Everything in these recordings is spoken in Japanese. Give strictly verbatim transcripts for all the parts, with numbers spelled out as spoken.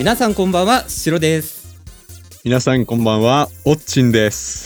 皆さんこんばんは、シロです。 皆さんこんばんは、オッチンです。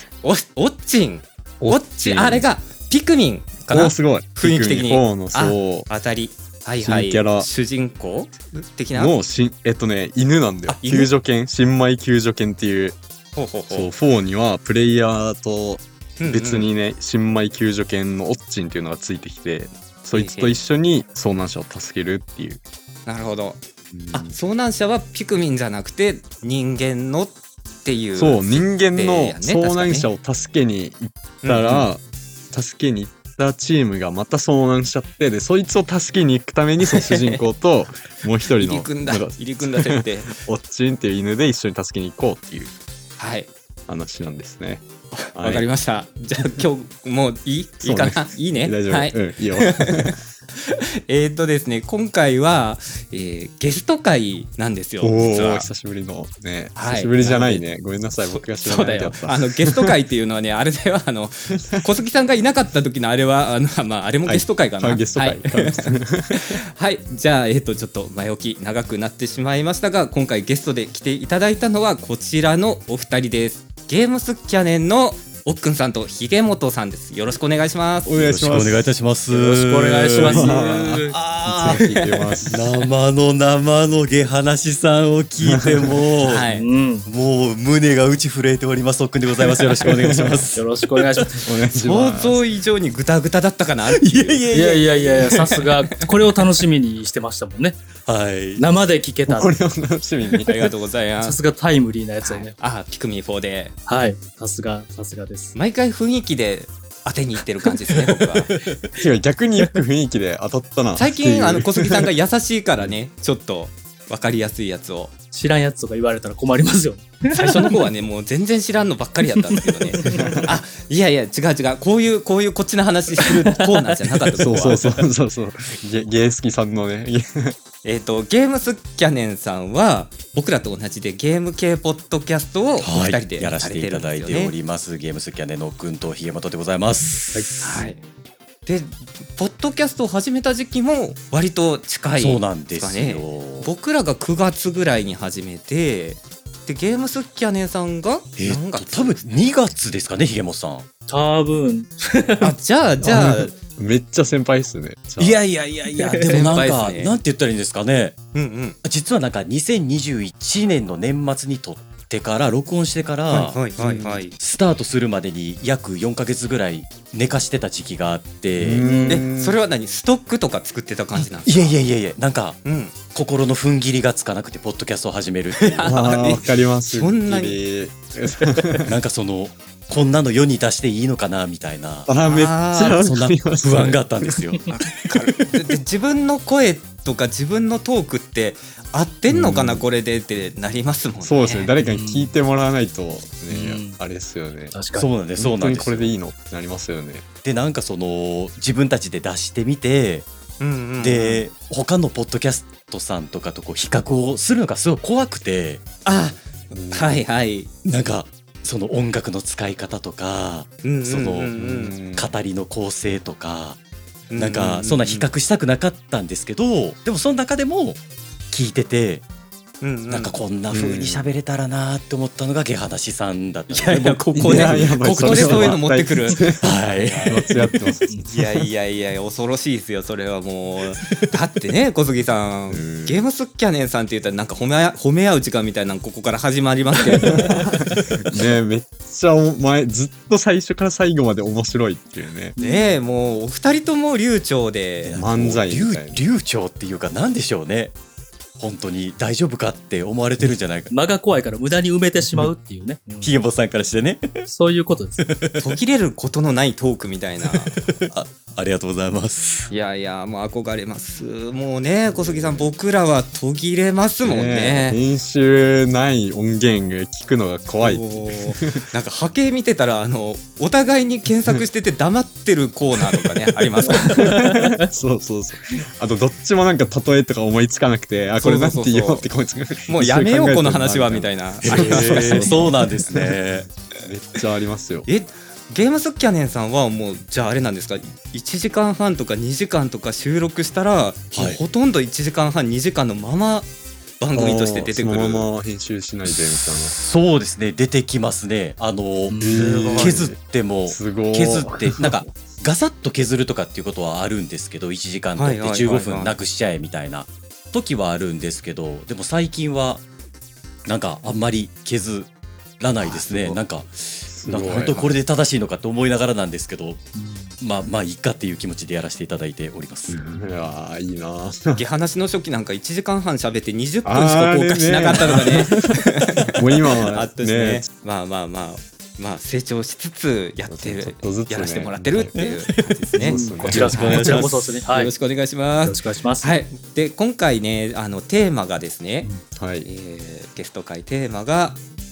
お、オッチンオッチンあれがピクミンかな。 お、すごい。 雰囲気的にフォーのそう当たり、はいはい、 新キャラ主人公的なのしえっとね犬なんだよ。救助犬、新米救助犬っていう。 ほうほうほう。 そう、フォーにはプレイヤーと別にね、うんうん、新米救助犬のオッチンっていうのがついてきて、そいつと一緒に遭難者を助けるっていう。 なるほど。あ、遭難者はピクミンじゃなくて人間のっていう、 そう、人間の遭難者を助けに行ったら、うんうん、助けに行ったチームがまた遭難しちゃって、でそいつを助けに行くためにそう主人公ともう一人の入り組んだ入り組んだ設定オッチンっていう犬で一緒に助けに行こうっていうはい話なんですね。 わ、はい、かりました。じゃあ今日もういい、いいかな、ね、いいね、 大丈夫、 はい、 うん、いいよえっとですね、今回は、えー、ゲスト会なんですよ。実は久しぶりのね、 はい、 久しぶりじゃないね、ごめんなさい、僕が知らないだった。 あのゲスト会っていうのはねあれではあの小杉さんがいなかった時のあれはあの、まあ、あれもゲスト会かな、 はい、ゲスト会、 はいはい、じゃあ、えー、とちょっと前置き長くなってしまいましたが、今回ゲストで来ていただいたのはこちらのお二人です。ゲームスキャネンのおっくんさんとひげもとさんです。よろしくお願いします。 お願いします。 よろしくお願いいたします。 よろしくお願いします。 あ生の生のゲ話さんを聞いても、はい、うん、もう胸が打ち震えております。おっくんでございます。よろしくお願いします。 よろしくお願いします。 お願いします。 想像以上にグタグタだったかな。いやいやいやいやいや、さすがこれを楽しみにしてましたもんね。 はい。 生で聞けた。 これを楽しみに。 ありがとうございます。 さすがタイムリーなやつをね。 はい、あ、ピクミンフォーで。 はい。さすがさすがです。 毎回雰囲気で当てにいってる感じですね、僕は。 違う、逆によく雰囲気で当たったな。 最近あの小杉さんが優しいからね、ちょっと分かりやすいやつを。 知らんやつとか言われたら困りますよね。 最初の方はね、もう全然知らんのばっかりやったんですけどね。あ、いやいや、違う違う、こういうこういうこっちの話するコーナーじゃなかった。 そうそうそうそうそう。ゲゲー好きさんのね。 えっとゲームスキャネンさんは僕らと同じでゲーム系ポッドキャストをお二人でやらせていただいております。ゲームスキャネンのくんとひげもとでございます。 はい。はい、でポッドキャストを始めた時期も割と近いですかね。 そうなんですよ。 僕らがくがつぐらいに始めて、でゲームスキャネンさんが何月？ 多分にがつですかね、ひげもさん。 多分。 あ、じゃあじゃあめっちゃ先輩っすね。 いやいやいやいや、でもなんか、ね、なんて言ったらいいんですかね。 うんうん。 実はなんかにせんにじゅういちねんの年末に撮ってから録音してから、 はいはいはいはい、 スタートするまでに約よんかげつぐらい寝かしてた時期があって、 え、それは何、ストックとか作ってた感じなんですか？ いやいやいやいや、なんか、うん、心の踏ん切りがつかなくてポッドキャストを始めるっていう。 あ、わかります。 そんなになんかそのこんなの世に出していいのかなみたいな、 あ、めっちゃそんな不安があったんですよ。 でで自分の声とか自分のトークって合ってんのかな、うん、これでってなりますもんね。 そうですね、誰かに聞いてもらわないとね、うん、あれですよね。 確かにそうなんです、そうなんです。 本当にこれでいいのってなりますよね。 でなんかその自分たちで出してみて、うんうんうん、で他のポッドキャストさんとかとこう比較をするのがすごい怖くて、 あ、うん、はいはい、 なんかその音楽の使い方とか、うんうんうんうん、その語りの構成とか、うんうんうん、なんかそんな比較したくなかったんですけど、でもその中でも聞いてて、うんうん、なんかこんな風に喋れたらなって思ったのがゲハナシさんだったので、 いやいや、ここでここでそういうの持ってくる。 はい。 いやいやいや、恐ろしいですよ、それはもう。だってね、小杉さん、ゲームスキャネンさんって言ったらなんか褒め褒め合う時間みたいなのここから始まりますけど。 ね、めっちゃ前ずっと最初から最後まで面白いっていうね。 ねえ、もうお二人とも流暢で漫才みたいな。 流暢っていうかなんでしょうね。本当に大丈夫かって思われてるんじゃないか。 間が怖いから無駄に埋めてしまうっていうね。 ひげぼさんからしてね。 そういうことです。 途切れることのないトークみたいな。 あ、ありがとうございます。 いやいや、もう憧れます。もうね、小杉さん、僕らは途切れますもんね。ね、 編集ない音源が聞くのが怖い。 なんか波形見てたら、あのお互いに検索してて黙ってるコーナーとかねありますから。 そうそうそう。あとどっちもなんか例えとか思いつかなくて、あ、これなんて言おうってこいつがもうやめようこの話はみたいな。 そうなんですね。 めっちゃありますよ。 え、ゲームスキャネンさんはもうじゃああれなんですか、いちじかんはんとかにじかんとか収録したら、はい、ほとんどいちじかんはんにじかんのまま番組として出てくる。 そのまま編集しないでみたいな。 そうですね、出てきますね。あの削ってもすごい削ってなんかガサッと削るとかっていうことはあるんですけど、いちじかんとってじゅうごふんなくしちゃえみたいな時はあるんですけど、でも最近はなんかあんまり削らないですね。なんかなんか本当これで正しいのかと思いながらなんですけど、まあまあいいかっていう気持ちでやらせていただいております。 いやーいいな。 ゲ話の初期なんかいちじかんはん喋ってにじゅっぷんしか公開しなかったのがねもう今はあったしね。まあまあまあまあ成長しつつやってる、ね、やらせてもらってるっていう感じですね。 こちらこちらこそですね。はい、 よろしくお願いします。 よろしくお願いします。 はい。で今回ねあのテーマがですね、 はい、 えー、ゲスト会テーマが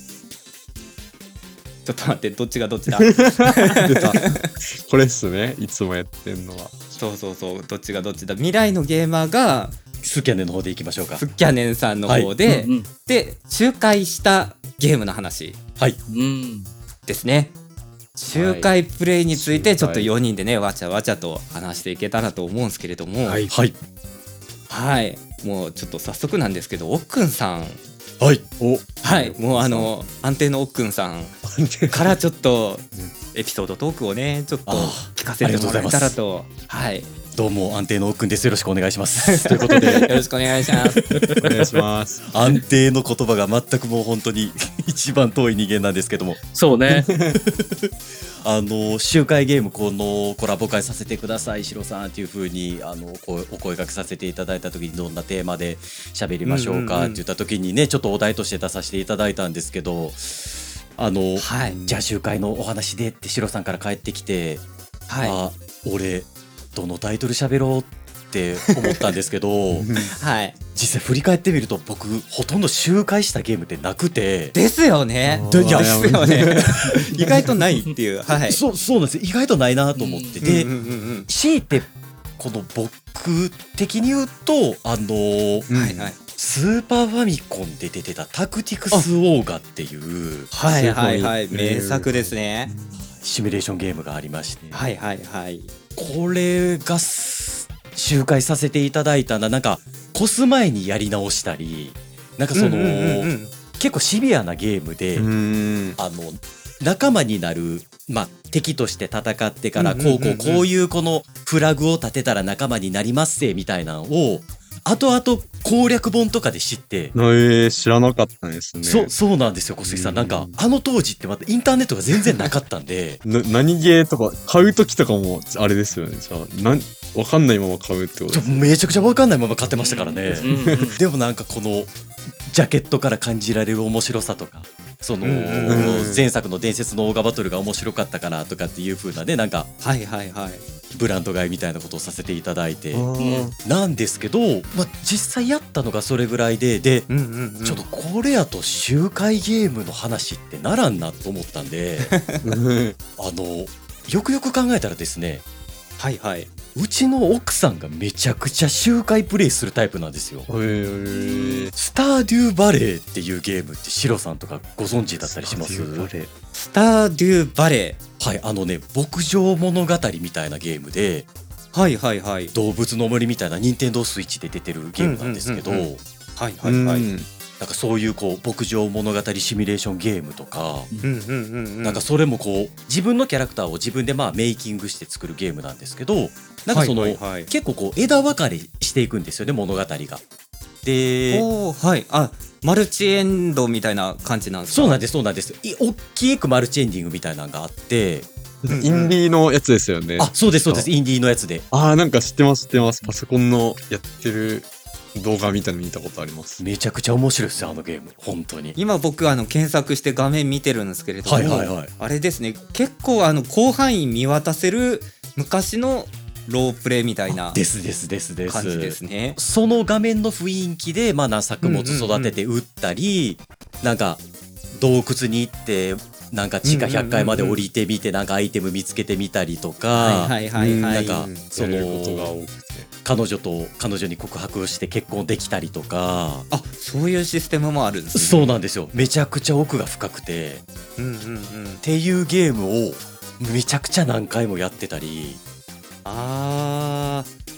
ちょっと待ってどっちがどっちだ出たこれっすね、いつもやってんのは。 そうそうそう、どっちがどっちだ。未来のゲーマーがスキャネンの方でいきましょうか。 スキャネンさんの方で、はいうんうん、で周回したゲームの話はいうんですね。周回プレイについてちょっとよにんでねわちゃわちゃと話していけたらと思うんですけれども、 はいはい、 はい、もうちょっと早速なんですけど、おっくんさんはいおはいもうあの安定のおっくんさんからちょっとエピソードトークをねちょっと聞かせてもらえたらと。はい、 どうも安定のおっくんです。よろしくお願いしますということでよろしくお願いしますお願いします。 安定の言葉が全くもう本当に一番遠い人間なんですけども、 そうねあの周回ゲームこのコラボ会させてくださいシロさんっていう風にあのお声掛けさせていただいた時にどんなテーマで喋りましょうかって言った時にねちょっとお題として出させていただいたんですけど、あの、はい、じゃあ周回のお話でってシロさんから帰ってきて、はい、あ俺どのタイトル喋ろうって思ったんですけど、はい、実際振り返ってみると僕ほとんど周回したゲームってなくて。 ですよね。 でいやですよね意外とないっていう、はい、 そうそうなんです。意外とないなと思ってて、強いてこの僕的に言うとあのーはいはい、スーパーファミコンで出てたタクティクスオーガっていうはいはいはい名作ですね。 シミュレーションゲームがありまして、 はいはいはい、 これが周回させていただいたな。なんかコス前にやり直したりなんかその、うんうんうんうん、結構シビアなゲームであの仲間になる、まあ、敵として戦ってからこうこうこういうこのフラグを立てたら仲間になりますせみたいなのを後々攻略本とかで知って、 えー、知らなかったですね。 そうそうなんですよ小杉さん。なんかあの当時ってまたインターネットが全然なかったんでな何ゲーとか買う時とかもあれですよね。じゃあなん分かんないまま買うってことですね。 めちゃくちゃ分かんないまま買ってましたからねでもなんかこのジャケットから感じられる面白さとかその前作の伝説のオーガバトルが面白かったからとかっていう風なねなんかはいはいはいブランド買いみたいなことをさせていただいてなんですけど、まあ、実際やったのがそれぐらいでで、うんうんうん、ちょっとこれやと周回ゲームの話ってならんなと思ったんであのよくよく考えたらですねはいはいうちの奥さんがめちゃくちゃ周回プレイするタイプなんですよ。へースターデューバレーっていうゲームってシロさんとかご存知だったりします？ スターデューバレーはいあのね牧場物語みたいなゲームではいはいはい動物の森みたいなニンテンドースイッチで出てるゲームなんですけど、はいはいはいなんかそういうこう牧場物語シミュレーションゲームとか、なんかそれもこう自分のキャラクターを自分でまあメイキングして作るゲームなんですけど、なんかその、はいはいはい、結構こう枝分かれしていくんですよね物語が。で、 おはいあマルチエンドみたいな感じなんですか？ そうなんですそうなんです。大きくマルチエンディングみたいなのがあって。 インディーのやつですよね。 あそうですそうですインディーのやつで。 あーなんか知ってます知ってます。パソコンのやってる動画みたいなの見たことあります。 めちゃくちゃ面白いですよあのゲーム本当に。 今僕あの検索して画面見てるんですけれども、はいはいはい、あれですね結構あの広範囲見渡せる昔のロープレイみたいなですですですです感じですね。 その画面の雰囲気でまあ作物育てて売ったり、うんうんうん、なんか洞窟に行ってなんか地下ひゃっかいまで降りてみてなんかアイテム見つけてみたりとか、なんかその彼女と彼女に告白をして結婚できたりとか。 あそういうシステムもあるんですね。 そうなんですよめちゃくちゃ奥が深くて、うんうんうん、っていうゲームをめちゃくちゃ何回もやってたり。 あーあ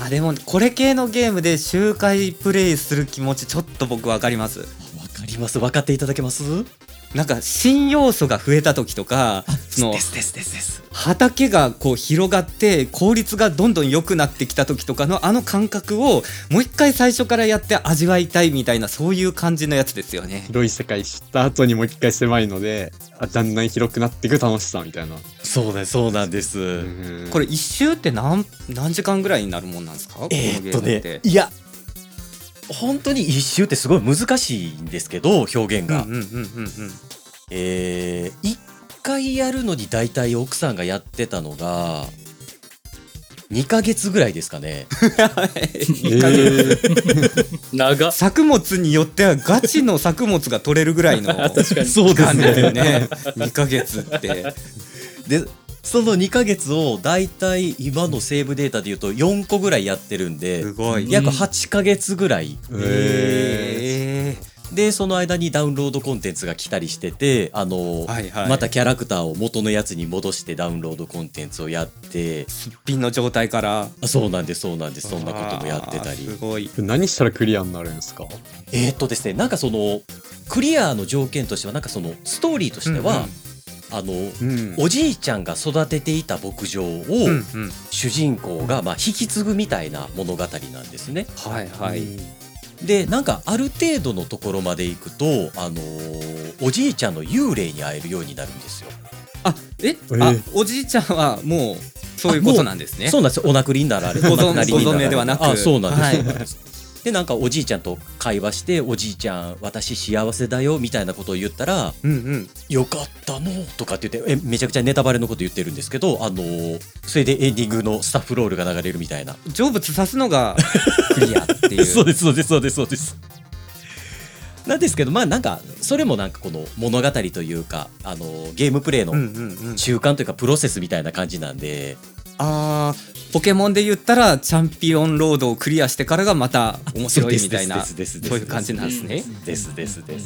あでもこれ系のゲームで周回プレイする気持ちちょっと僕分かります。 わかります。分かっていただけます？ なんか新要素が増えた時とか、そのですですですです畑がこう広がって効率がどんどん良くなってきた時とかのあの感覚をもう一回最初からやって味わいたいみたいな、そういう感じのやつですよね。 広い世界知った後にもう一回狭いので、あだんだん広くなっていく楽しさみたいな。 そうね、そうなんです。 うんこれ一周って何何時間ぐらいになるもんなんですか？ えー、っとこのゲームってねいや本当に一周ってすごい難しいんですけど、表現が、 うんうんうんうんうんえー、いっかいやるのに大体奥さんがやってたのがにかげつぐらいですかね。 えー長っ。 作物によってはガチの作物が取れるぐらいの確かに。 そう期間ですよね。にかげつってでそのにかげつを大体今のセーブデータでいうとよんこぐらいやってるんですごい。 約はちかげつぐらいえで、その間にダウンロードコンテンツが来たりしてて、あの、 はいはい、 またキャラクターを元のやつに戻してダウンロードコンテンツをやって、 すっぴんの状態からあそうなんですそうなんですそんなこともやってたり。 すごい。 何したらクリアになるんですか？ えー、っとですねなんかそのクリアの条件としてはなんかそのストーリーとしては、うんうんあの、 うん、 おじいちゃんが育てていた牧場を、 うんうん、 主人公がまあ引き継ぐみたいな物語なんですね。 はいはい。 でなんかある程度のところまで行くと、あのー、おじいちゃんの幽霊に会えるようになるんですよ。 あえ、 えー、 あおじいちゃんはもうそういうことなんですね。 そうなんですよ。お亡くなりになられご存命ではなく、 あそうなんです、 はい、 そうなんです。でなんかおじいちゃんと会話して、おじいちゃん私幸せだよみたいなことを言ったら、 うんうん、 よかったのとかって言ってえめちゃくちゃネタバレのこと言ってるんですけど、あのー、それでエンディングのスタッフロールが流れるみたいな。 成仏さすのがクリアっていうそうですそうですそうですそうですなんですけど、まあなんかそれもなんかこの物語というか、あのー、ゲームプレイの中間というかプロセスみたいな感じなんで、 あーポケモンで言ったらチャンピオンロードをクリアしてからがまた面白いみたいな、そういう感じなんですね。 ですですです。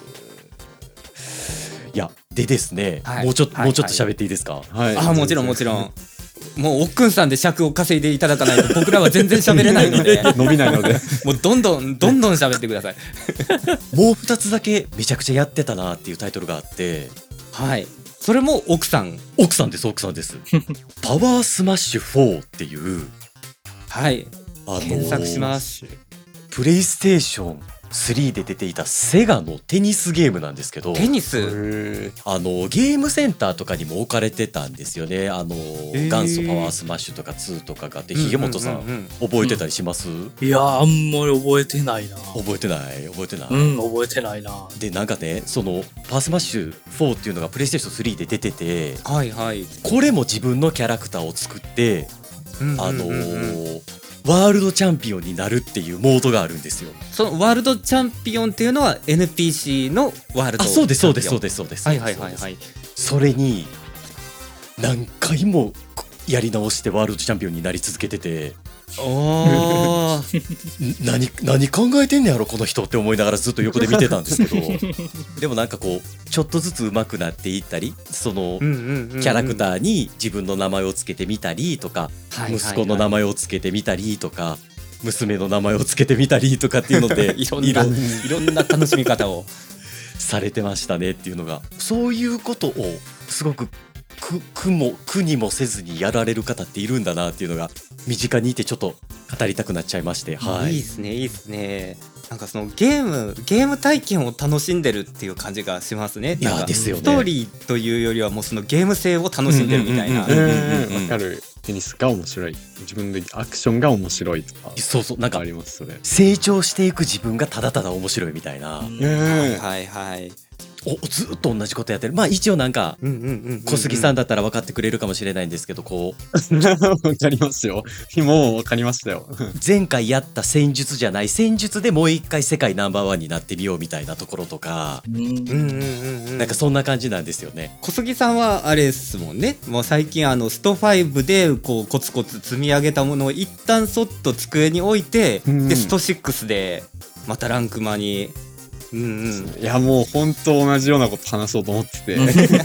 いやでですね、 はい、 もうちょっと、 はい、 もうちょっと喋っていいですか？ はい、あもちろんもちろん。もうおっくんさんで尺を稼いでいただかないと僕らは全然喋れないので伸びないのでもうどんどんどんどん喋ってくださいもうふたつだけめちゃくちゃやってたなっていうタイトルがあって、 はい、それも奥さん奥さんです奥さんですパワースマッシュフォーっていう、 はい、 あのー、 検索します。 プレイステーションスリーで出ていたセガのテニスゲームなんですけど、 テニスあのゲームセンターとかにも置かれてたんですよね。あの元祖パワースマッシュとかツーとかがあって、ひげもとさん、うんうんうんうん、覚えてたりします？うん、 いやあんまり覚えてないな。 覚えてない覚えてない、 うん、覚えてないな。 でなんかね、そのパワースマッシュフォーっていうのがプレイステーションスリーで出てて、 はいはい、 これも自分のキャラクターを作って、 うんうんうんうん、 あのーワールドチャンピオンになるっていうモードがあるんですよ。 そのワールドチャンピオンっていうのは エヌピーシー のワールドチャンピオン。あ、 そうですそうですそうですそうです。 はいはいはいはい。 それに何回もやり直してワールドチャンピオンになり続けてて、 お何何考えてんねやろこの人って思いながらずっと横で見てたんですけどでもなんかこうちょっとずつ上手くなっていったり、そのキャラクターに自分の名前をつけてみたりとか、息子の名前をつけてみたりとか、娘の名前をつけてみたりとかっていうのでいろんないろんな楽しみ方をされてましたねっていうのが、そういうことをすごく苦, 苦も苦にもせずにやられる方っているんだなっていうのが身近にいてちょっと語りたくなっちゃいまして、はい、 いいですねいいですね。なんかそのゲームゲーム体験を楽しんでるっていう感じがしますね。 いやですよね。 ストーリーというよりはもうそのゲーム性を楽しんでるみたいな。わかる。テニスが面白い、自分でアクションが面白いとか、 そうそう、なんかありますそれ。 成長していく自分がただただ面白いみたいな。 はいはいはい。 おずっと同じことやってる。まあ一応なんか小杉さんだったら分かってくれるかもしれないんですけど、こう分かりますよ。もう分かりましたよ。 前回やった戦術じゃない戦術でもう一回世界ナンバーワンになってみようみたいなところとか、うんうんうんうん、なんかそんな感じなんですよね。 小杉さんはあれですもんね。もう最近あのストファイブでこうコツコツ積み上げたものを一旦そっと机に置いて、うん、でストシックスでまたランクマにうんうん、 いやもう本当同じようなこと話そうと思ってて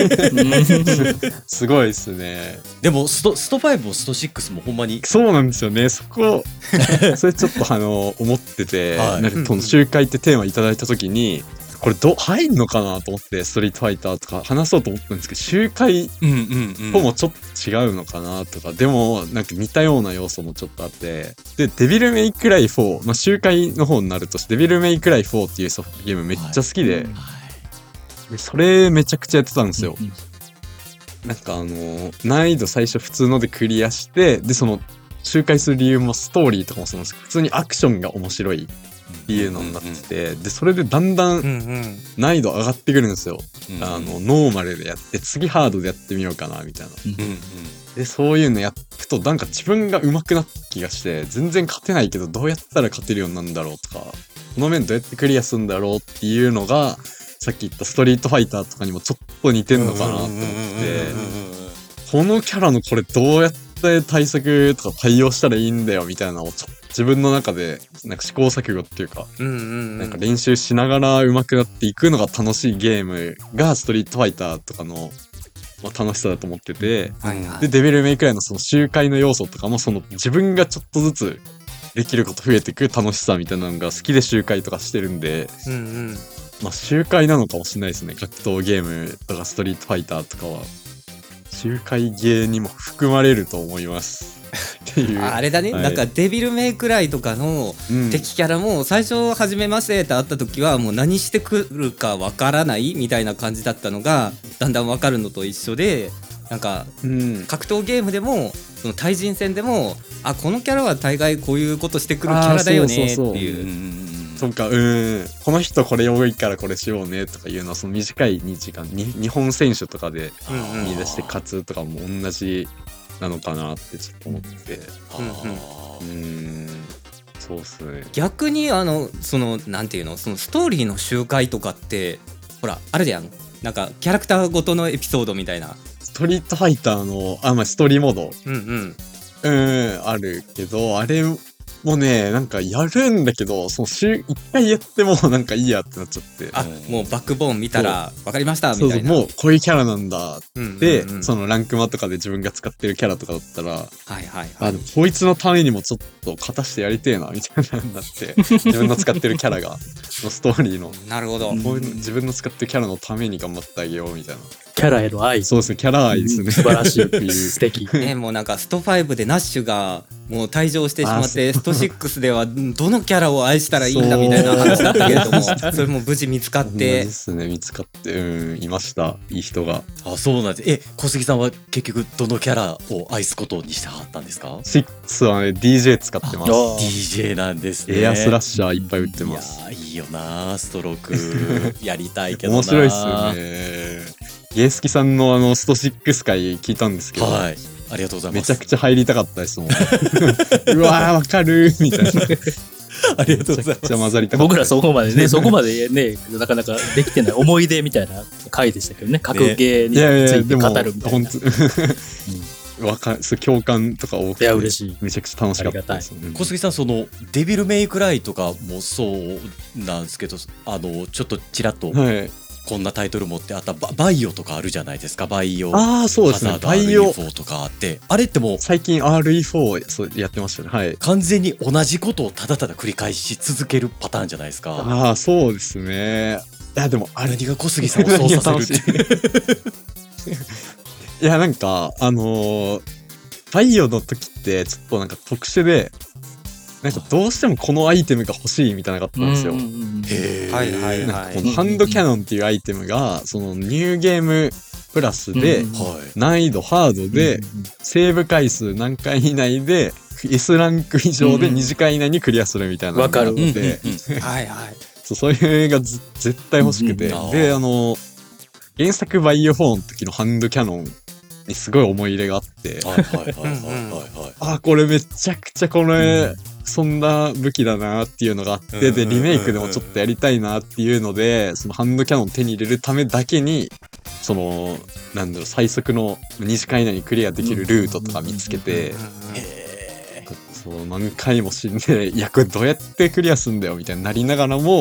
すごいですね。 でもストストファイブもストシックスもほんまにそうなんですよね。そこそれちょっとあの思ってて、 はいなんかこの集会ってテーマいただいた時にこれど入んのかなと思ってストリートファイターとか話そうと思ったんですけど、集会うんうんうんともちょっと違うのかなとか、でもなんか似たような要素もちょっとあって、でデビルメイクライフォー、まあ、集会の方になるとデビルメイクライフォーっていうソフトゲームめっちゃ好きで、でそれめちゃくちゃやってたんですよ。なんかあの難易度最初普通のでクリアして、でその周回する理由もストーリーとかもその普通にアクションが面白いっていうのになってて、でそれでだんだん難易度上がってくるんですよ。 うんあのノーマルでやって次ハードでやってみようかなみたいな。 うんうんでそういうのやってくとなんか自分が上手くなった気がして、全然勝てないけどどうやったら勝てるようになるんだろうとか、この面どうやってクリアするんだろうっていうのがさっき言ったストリートファイターとかにもちょっと似てんのかなと思って、このキャラのこれどうやって対策とか対応したらいいんだよみたいなのをちょっと自分の中でなんか試行錯誤っていうか、なんか練習しながら上手くなっていくのが楽しいゲームがストリートファイターとかの、まあ、楽しさだと思ってて、 はいはい、 でデビルメイクライのその周回の要素とかもその自分がちょっとずつできること増えていく楽しさみたいなのが好きで周回とかしてるんで、 うんうん、 まあ周回なのかもしれないですね。格闘ゲームとかストリートファイターとかは周回ゲーにも含まれると思いますっていう。 あれだね、はい、なんかデビルメイクライとかの敵キャラも最初初めましてって会った時はもう何してくるかわからないみたいな感じだったのがだんだんわかるのと一緒で、なんか格闘ゲームでもその対人戦でもあこのキャラは大概こういうことしてくるキャラだよねっていう。 そうか、うんこの人これ多いからこれしようねとかいうのはその短いにじかんに日本選手とかで見出して勝つとかも同じなのかなってちょっと思って、うんうん、うんそうっすね。 逆にあのそのなんていうのそのストーリーの周回とかってほらあるじゃん、なんかキャラクターごとのエピソードみたいな。 ストリートファイターのあまあストーリーモードうんうんうんあるけど、あれもうねなんかやるんだけどその週一回やってもなんかいいやってなっちゃって、 あもうバックボーン見たら分かりましたみたいな。 そうそうもうこういうキャラなんだって、うんうんうん、そのランクマとかで自分が使ってるキャラとかだったら、はいはいはい、 あでもこいつのためにもちょっと勝たしてやりてえなみたいなになって自分の使ってるキャラがのストーリーのなるほど、 こういう自分の使ってるキャラのために頑張ってあげようみたいな。 キャラへの愛。 そうですね、キャラ愛ですね。 素晴らしい。素敵。 ね、もうなんかストファイブでナッシュがもう退場してしまって、ストシックスではどのキャラを愛したらいいんだみたいな話だったけれども、それも無事見つかって。 ですね、見つかって、うん、いました。いい人が。 あ、そうなんです。え、小杉さんは結局どのキャラを愛すことにしてはったんですか？ シックスはね、ディージェー 使ってます。 ディージェー なんですね。 エアスラッシャーいっぱい打ってます。 いや、いいよな、ストロークやりたいけどな。 面白いっすよね。ゲースキさんのあのストシックス回聞いたんですけど、 はい、ありがとうございます。 めちゃくちゃ入りたかったですもん。うわーわかるみたいな。 ありがとうございます。めちゃくちゃ混ざりたかった。 僕らそこまでね、そこまでね、なかなかできてない思い出みたいな回でしたけどね、格ゲーについて語るみたいな。 わかる、共感とか多くて、 いや嬉しい、 めちゃくちゃ楽しかったです。 小杉さん、そのデビルメイクライとかもそうなんですけど、あのちょっとちらっと、はい、こんなタイトル持ってあったバ、バイオとかあるじゃないですか。バイオ、 ああそうですね、 バイオ アールイーフォー とかあって、あれってもう最近 アールイーフォー そうやってましたね。はい、 完全に同じことをただただ繰り返し続けるパターンじゃないですか。 ああそうですね。いやでもあれ何が小杉さんをそうさせるっていやなんかあのー、バイオの時ってちょっとなんか特殊で、なんかどうしてもこのアイテムが欲しいみたいなのがあったんですよ。 へー、はいはいはい。 このハンドキャノンっていうアイテムがそのニューゲームプラスで難易度ハードでセーブ回数何回以内で S ランク以上でにじかん以内にクリアするみたいなのがあって、 はいはい。 そういうのが絶対欲しくて、であの原作バイオフォーの時のハンドキャノンにすごい思い入れがあって、あこれめちゃくちゃこれそんな武器だなっていうのがあって、でリメイクでもちょっとやりたいなっていうので、そのハンドキャノン手に入れるためだけにそのなんだろう最速のにじかん以内にクリアできるルートとか見つけて、そう何回も死んで、いやこれどうやってクリアすんだよみたいになりながらも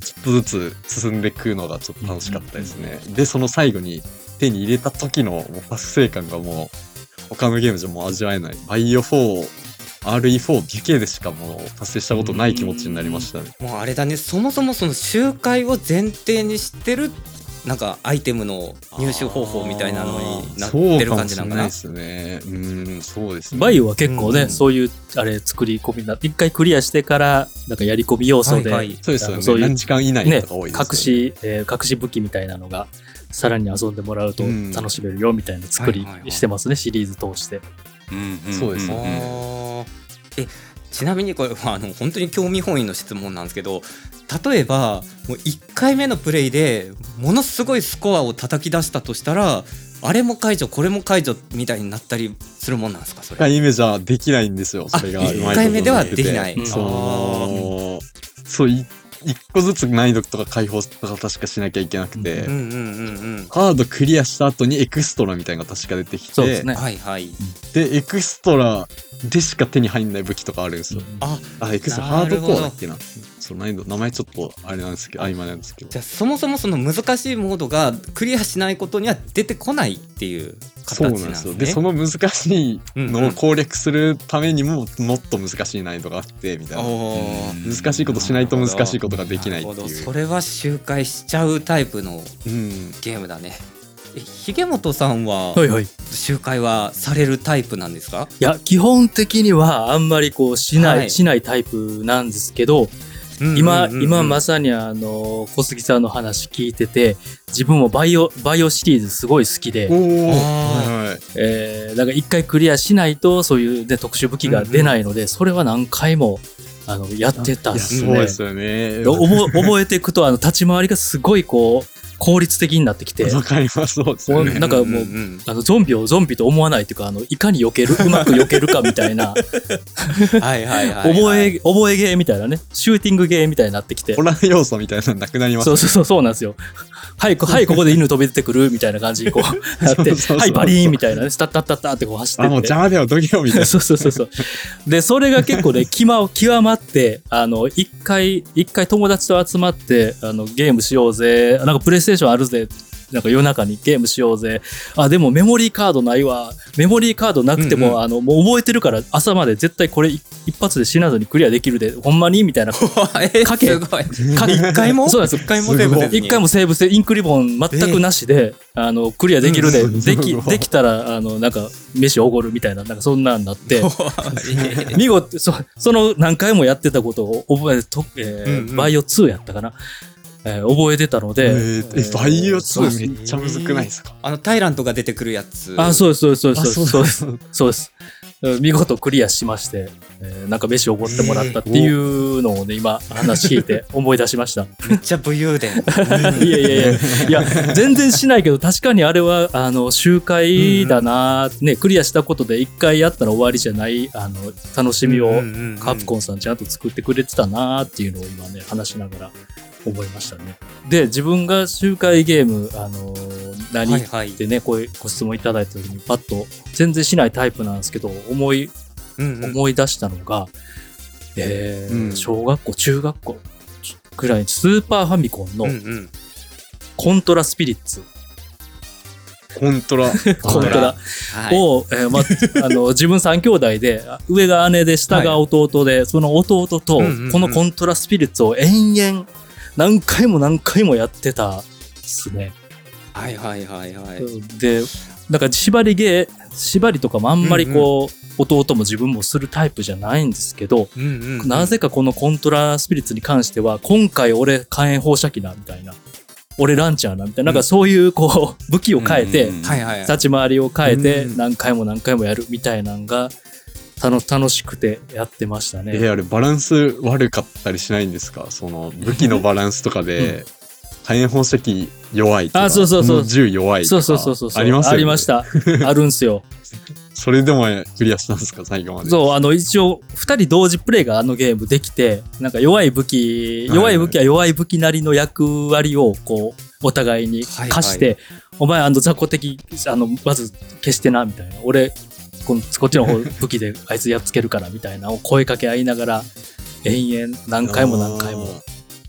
ちょっとずつ進んでいくのがちょっと楽しかったですね。で、その最後に手に入れた時のもう達成感がもう他のゲームじゃもう味わえない。バイオフォー、アールイーフォー だけでしかもう達成したことない気持ちになりましたね。 もうあれだね、そもそもその周回を前提にしてるなんかアイテムの入手方法みたいなのになってる感じなんかな。 そうかもしれないですね。うん、そうですね。 バイオは結構ね、 うん、 そういうあれ作り込みになって、一回クリアしてからなんかやり込み要素で、 はいはい、 そうですよね。 そういう何時間以内とか多いですよね。 隠し、えー、隠し武器みたいなのがさらに遊んでもらうと楽しめるよみたいな作りしてますね、シリーズ通して。 うんうん、そうですね。え、ちなみにこれはあの本当に興味本位の質問なんですけど、例えばもういっかいめのプレイでものすごいスコアを叩き出したとしたら、あれも解除これも解除みたいになったりするもんなんですか？それいっかいめじゃできないんですよ。それがいっかいめではできない。 そうそうい一個ずつ難易度とか解放とか確かしなきゃいけなくて、 うんうんうんうん、 カードクリアした後にエクストラみたいなのが確か出てきて、 そうですね、 はいはい、 でエクストラでしか手に入んない武器とかあるんですよ。ああエクストラハードコアだっけな。そう難易度名前ちょっとあれなんですけど曖昧なんですけど、 じゃあそもそもその難しいモードがクリアしないことには出てこないっていう形なんですね。 そうなんですよ。でその難しいのを攻略するためにももっと難しい難易度があってみたいな、難しいことしないと難しいことができないっていう。 それは周回しちゃうタイプのゲームだね。え、ひげもとさんは周回はされるタイプなんですか？ いや基本的にはあんまりこうしない、はい、しないタイプなんですけど、今、今まさにあの小杉さんの話聞いてて、自分もバイオバイオシリーズすごい好きで、えー、だから一回クリアしないとそういう、ね、特殊武器が出ないので、うんうん、それは何回もあのやってたんですね。 そうですよね。 覚えていくとあの立ち回りがすごいこう効率的になってきて、 わかります。そうですね。 なんかもう、うんうん、あのゾンビをゾンビと思わないというか、あのいかに避けるうまく避けるかみたいなはいはいはい、はい、 覚え覚えゲーみたいなね、シューティングゲーみたいになってきて、 ホラー要素みたいなのなくなります、ね。 そうそうそうそうなんですよ。はいこはいここで犬飛び出てくるみたいな感じにこうやってそうそうそうそう、はいバリーンみたいなね、スタッタッタッタってこう走ってって、 あもう邪魔だよどけよみたいな。 そうそうそうそう。でそれが結構ね極極まって、あの一回一回友達と集まってあのゲームしようぜ、なんかプレイステーションあるぜ。なんか夜中にゲームしようぜ。あ、でもメモリーカードないわ。メモリーカードなくても、うんうん、あの、もう覚えてるから朝まで絶対これ一発で死なずにクリアできるで、ほんまにみたいな。 えかけ、すごい。一回もそうなんですよ。 一回もセーブせずに。 一回もセーブせ、インクリボン全くなしで、あの、クリアできるで、でき、できたら、あの、なんか、飯おごるみたいな、なんかそんなんになって、見事、そ、その何回もやってたことを覚えと、えーうんうん、バイオツーやったかな。えー、覚えてたので、えー、バイオツーめっちゃむずくないですか？ あのタイラントが出てくるやつ。 あ、そうですそうですそうですそうですそうです。見事クリアしまして、えー、なんか飯をおごってもらったっていうのをね、今話聞いて思い出しました。 めっちゃ武勇伝。 いやいやいやいや全然しないけど、確かにあれはあの周回だな、うんうん、ね、クリアしたことで一回やったら終わりじゃないあの楽しみをカプコンさんちゃんと作ってくれてたなっていうのを今ね話しながら思いましたね。で自分が周回ゲーム、あのー、何ってね、はいはい、こういうご質問いただいた時にパッと全然しないタイプなんですけど、思い、うんうん、思い出したのが、えーうん、小学校中学校ぐらいにスーパーファミコンのコントラスピリッツ、 コントラコントラを、はい、えーまあの自分さん兄弟で、上が姉で下が弟で、はい、その弟とこのコントラスピリッツを延々何回も何回もやってたっすね。 はいはいはいはい。 で、なんか縛りゲー、縛りとかもあんまりこう、うんうん、弟も自分もするタイプじゃないんですけど、うんうんうん、なぜかこのコントラスピリッツに関しては、今回俺火炎放射器なみたいな、俺ランチャーなみたいな、なんかそういうこう武器を変えて、うんうんうん、立ち回りを変えて何回も何回もやるみたいなのが楽しくてやってましたね。 えー、あれバランス悪かったりしないんですか？その武器のバランスとかで火炎放射器弱いとか、 あ、そうそうそう、 銃弱いとか、 そうそうそうそう、 ありますよね。 ありました。あるんすよ。 それでもクリアしたんですか、最後まで？ そう、あの一応ふたり同時プレイがあのゲームできて、なんか弱い武器、弱い武器は弱い武器なりの役割をこうお互いに課して、はいはい、お前あの雑魚敵あのまず消してなみたいな、俺こっちの方武器であいつやっつけるからみたいなを声かけ合いながら延々何回も何回も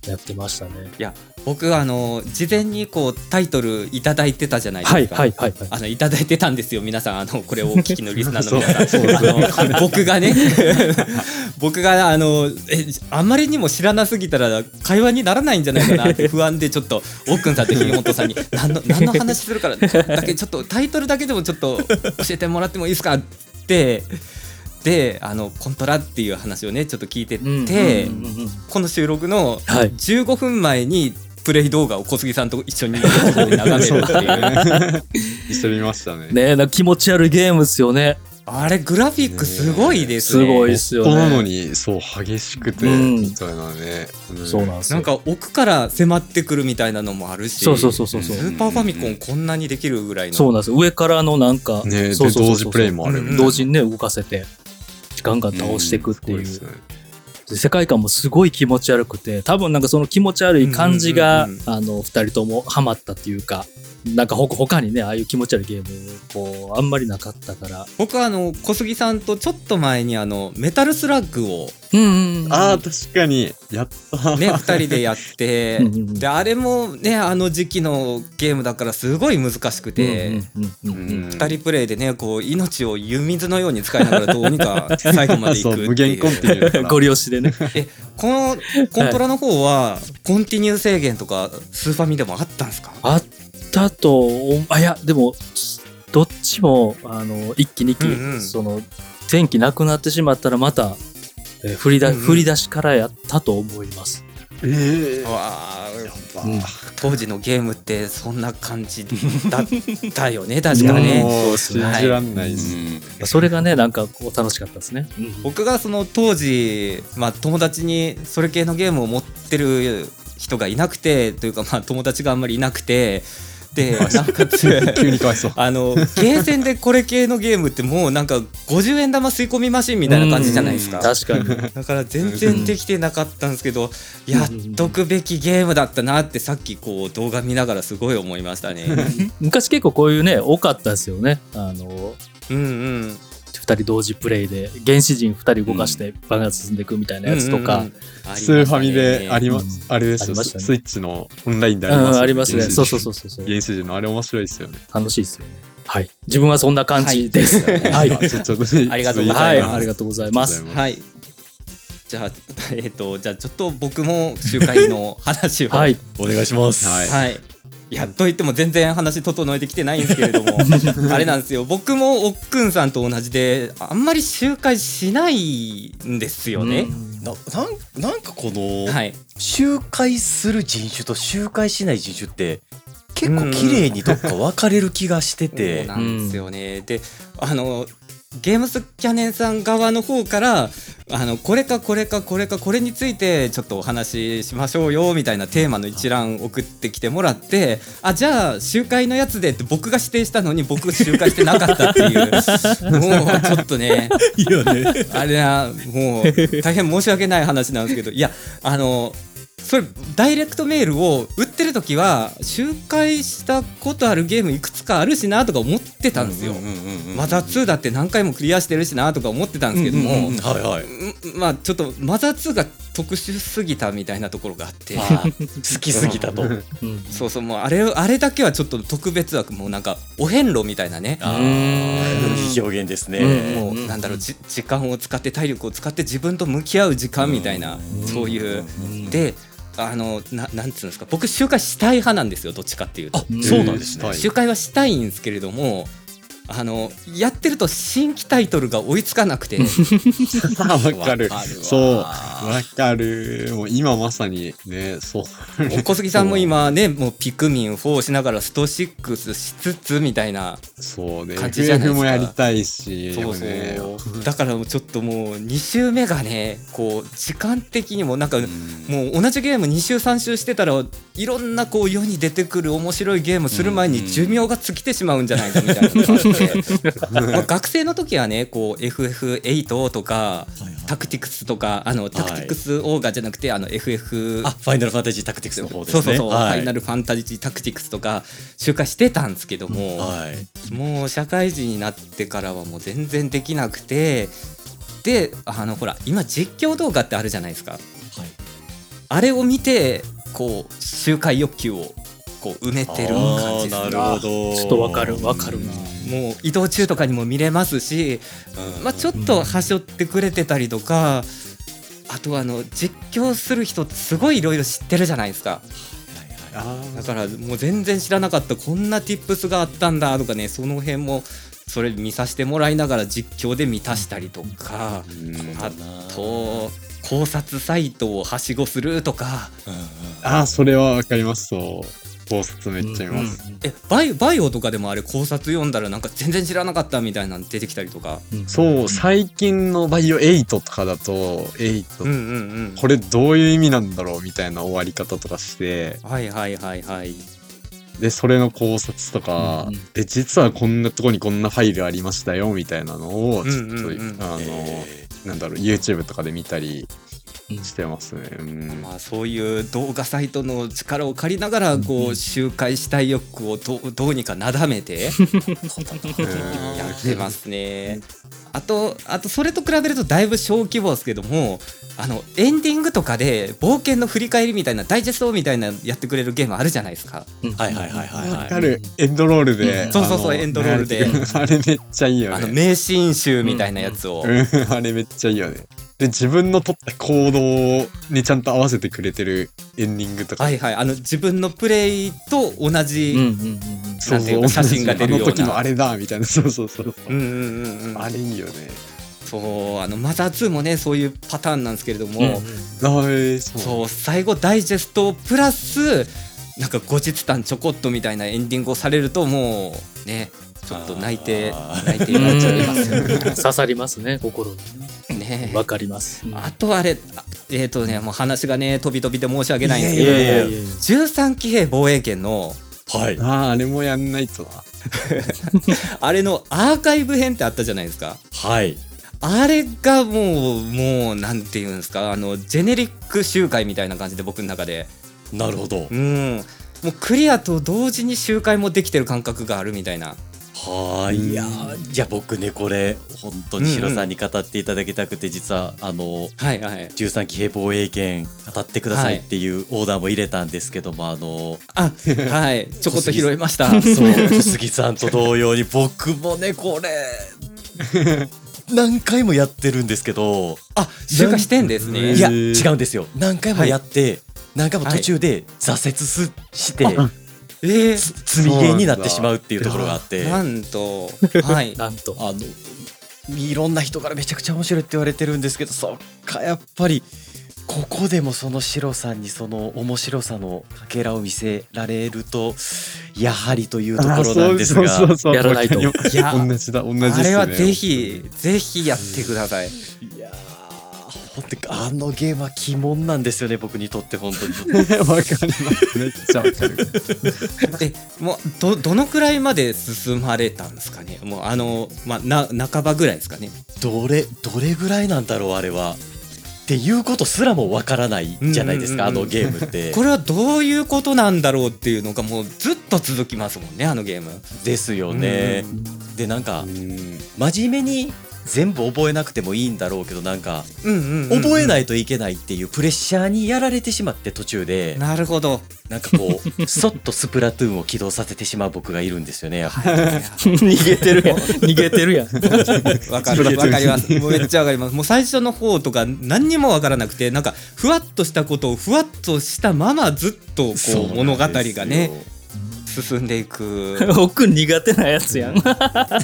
やってましたね。 いや僕あの事前にこうタイトルいただいてたじゃないですか。 はいはいはいはい。 あのいただいてたんですよ皆さん、あのこれをお聞きのリスナーの皆さん。あの僕がね僕があのえあまりにも知らなすぎたら会話にならないんじゃないかなって不安で、ちょっとおっくんさんとひげもとさんに何の何の話するからだけちょっとタイトルだけでもちょっと教えてもらってもいいですかってで、あのコントラっていう話をねちょっと聞いてて、 うんうんうんうん、 この収録のはいじゅうごふんまえにプレイ動画を小杉さんと一緒に眺めるっていう一緒に見ましたね。 ねえ、なんか気持ち悪いゲームっすよね。 あれグラフィックすごいですね。 すごいっすよね。 なのにそう激しくて、 うんみたいなね、うん、 そうなんですよ。 なんか奥から迫ってくるみたいなのもあるし、 そうそうそうそうそう。 スーパーファミコンこんなにできるぐらいの。 そうなんですよ。上からのなんか、 ね、 そうそうそうそう、 で同時プレイもあるみたいな、 同時にね動かせてガンガン倒していくっていう。 うん、すごいですね。 世界観もすごい気持ち悪くて、多分なんかその気持ち悪い感じが、 うんうんうん、 あのふたりともハマったっていうか、なんかほ他にねああいう気持ち悪いゲームこうあんまりなかったから。 僕はあの小杉さんとちょっと前にあのメタルスラッグをうんうんうん、 ああ確かにやったねふたりでやってうんうんうんであれもねあの時期のゲームだからすごい難しくて、 うんうんうんうん、 ふたりプレイでねこう命を湯水のように使いながらどうにか最後までいくっていう無限コンティニューだからゴリ押しでね。 えこのコントラの方はコンティニュー制限とかスーファミでもあったんですか？ あったとあいやでもどっちもあの一気に一気に、 うんうん、 その天気なくなってしまったらまた、えー、振りだ、うんうん、振り出しからやったと思います。 えー、 わうん、 当時のゲームってそんな感じだったよね確かね。 もう信じらんないです、 うん、それがねなんかこう楽しかったですね、うん、 僕がその当時、まあ、友達にそれ系のゲームを持ってる人がいなくてというか、まあ、友達があんまりいなくてでなおかつ急にかわいそうあのゲーセンでこれ系のゲームってもうなんかごじゅうえん玉吸い込みマシンみたいな感じじゃないですか。 確かにだから全然できてなかったんですけどやっとくべきゲームだったなってさっきこう動画見ながらすごい思いましたね。 昔結構こういうね多かったですよね。あのうんうんふたり同時プレイで原始人ふたり動かして場が進んでいくみたいなやつとか、うんうんうんスーファミでありま、うん、あれですよ、ね、スイッチのオンラインであります、ね、 ありますね。そうそうそうそう原始人のあれ面白いですよね。 楽しいですよね。はい、自分はそんな感じです。はい、はい、 ちょっとありがとうございます。 はい、ありがとうございます。 はい。じゃあえっ、ー、とじゃあちょっと僕も集会の話をはいお願いします。 はい。はいいやといっても全然話整えてきてないんですけれどもあれなんですよ僕もおっくんさんと同じであんまり集会しないんですよね。 な, なんなんかこの、 はい、 集会する人種と集会しない人種って結構綺麗にどっか分かれる気がしてて、 そうなんですよね。であのゲームスキャネンさん側の方からあのこれかこれかこれかこれについてちょっとお話ししましょうよみたいなテーマの一覧送ってきてもらってあじゃあ集会のやつでって僕が指定したのに僕集会してなかったっていうもうちょっとねいやねあれはもう大変申し訳ない話なんですけどいやあのそれダイレクトメールを売ってる時は周回したことあるゲームいくつかあるしなとか思ってたんですよ。マザーツーだって何回もクリアしてるしなとか思ってたんですけども、うんうんうんはいはい、まあちょっとマザーツーが特殊すぎたみたいなところがあって好きすぎたと、うん、 そうそうもうあれあれだけはちょっと特別枠もうなんかお遍路みたいなねあいい表現ですね、 うん、もうなんだろうじ時間を使って体力を使って自分と向き合う時間みたいなそういうであの な, なんつうんですか僕集会したい派なんですよどっちかっていうと。 あそうなんですね。 集会はしたいんですけれどもあのやってると新規タイトルが追いつかなくてわかるそうわかるもう今まさにねそう小杉さんも今ねもうピクミンフォーしながらストろくしつつみたいな感じじゃないですか。 エフエフ もやりたいしそうそう、 ね、 だからちょっともうに週目がねこう時間的にもなんかもう同じゲームに週さん週してたらいろんなこう世に出てくる面白いゲームする前に寿命が尽きてしまうんじゃないかみたいなのがあってまあ学生の時はねこう エフエフエイト とか、はいはい、タクティクスとかあのタクティクスオーガじゃなくてあの エフエフあファイナルファンタジータクティクスの方ですね。 そうそうそう、 はい、 ファイナルファンタジータクティクスとか周回してたんですけども、はい、もう社会人になってからはもう全然できなくてであのほら今実況動画ってあるじゃないですか。はいあれを見てこう周回欲求をこう埋めてる感じですね。 なるほど。 ちょっとわかるわかるな。 もう移動中とかにも見れますし、まあ、ちょっとはしょってくれてたりとか、あとはあの実況する人ってすごいいろいろ知ってるじゃないですか。だからもう全然知らなかったこんな Tips があったんだとかね、その辺もそれ見させてもらいながら実況で満たしたりとか、あと考察サイトをはしごするとか、 ああ、それはわかります。そう考察めっちゃ見ます、うんうん、 えバイ、バイオとかでもあれ考察読んだらなんか全然知らなかったみたいなの出てきたりとか、 うん、そう最近のバイオエイトとかだとエイト、うんうんうん、これどういう意味なんだろうみたいな終わり方とかして、 はいはいはいはい、 でそれの考察とか、うんうん、で実はこんなとこにこんなファイルありましたよみたいなのをちょっと、うんうんうん、あの、えー、なんだろう YouTube とかで見たりしてますね、うん、 まあ、そういう動画サイトの力を借りながらこう周回したい欲を ど, どうにかなだめてやってますね。あとあとそれと比べるとだいぶ小規模ですけども、あのエンディングとかで冒険の振り返りみたいなダイジェストみたいなやってくれるゲームあるじゃないですか、 うん、はいはいはいはい、はい、 わかる。エンドロールで、 うん、そうそうそうエンドロールであれめっちゃいいよね。 あの名シーン集みたいなやつを、 うんうん、あれめっちゃいいよね。で自分の取った行動にちゃんと合わせてくれてるエンディングとか、 はいはい、あの自分のプレイと同じなんていうか写真が出るような、 あの時のあれだみたいな、そうそうそう、 うんうんうんうん、 あれいいよね。 そうあのマザーツーもねそういうパターンなんですけれども、うんうん、 そうそう最後ダイジェストプラスなんか後日談ちょこっとみたいなエンディングをされるともうねちょっと泣いて泣いてなっちゃいますよね刺さりますね心にね。わかります、 うん、あとあれえっ、ー、とねもう話がね飛び飛びで申し訳ないんですけど、いやいやいやじゅうさん騎兵防衛権の、 はい、あ, あれもやんないとなあれのアーカイブ編ってあったじゃないですか。 はい、 あれがもうもうなんていうんですか、あのジェネリック周回みたいな感じで僕の中で。 なるほど。 うん、もうクリアと同時に周回もできてる感覚があるみたいな。 はーい、いやじゃあ僕ねこれ本当にシロさんに語っていただきたくて、うんうん、実はあの、はいはい、じゅうさん騎兵防衛権語ってくださいっていうオーダーも入れたんですけども、あのあはいちょこっと拾いましたそう小杉さんと同様に僕もねこれ何回もやってるんですけど、 あ周回してんですね。 いや違うんですよ、何回もやって、はい、何回も途中で挫折すして、はいえー、積みゲーになってしまうっていうところがあって、 なんとはいなんとあのいろんな人からめちゃくちゃ面白いって言われてるんですけど、そっかやっぱりここでもそのシロさんにその面白さのかけらを見せられるとやはりというところなんですが、 そうそうそうそうやらないと。いや同じだ同じですね。 あれはぜひぜひやってください。 いや本当あのゲームは鬼門なんですよね僕にとって本当に。 わかりますめっちゃわかる。 えもう ど, どのくらいまで進まれたんですかね。もうあの、まあ、な半ばぐらいですかね。 どれどれぐらいなんだろうあれはっていうことすらもわからないじゃないですか、うんうんうん、あのゲームってこれはどういうことなんだろうっていうのがもうずっと続きますもんねあのゲームですよね、うん、でなんか、うん、真面目に全部覚えなくてもいいんだろうけどなんか、うんうんうんうん、覚えないといけないっていうプレッシャーにやられてしまって途中でなるほどなんかこうそっとスプラトゥーンを起動させてしまう僕がいるんですよね。 逃げてるやん逃げてるやんわかるわかりますもうめっちゃわかります。もう最初の方とか何にもわからなくてなんかふわっとしたことをふわっとしたままずっとこう物語がね進んでいく。 奥苦手なやつやんなん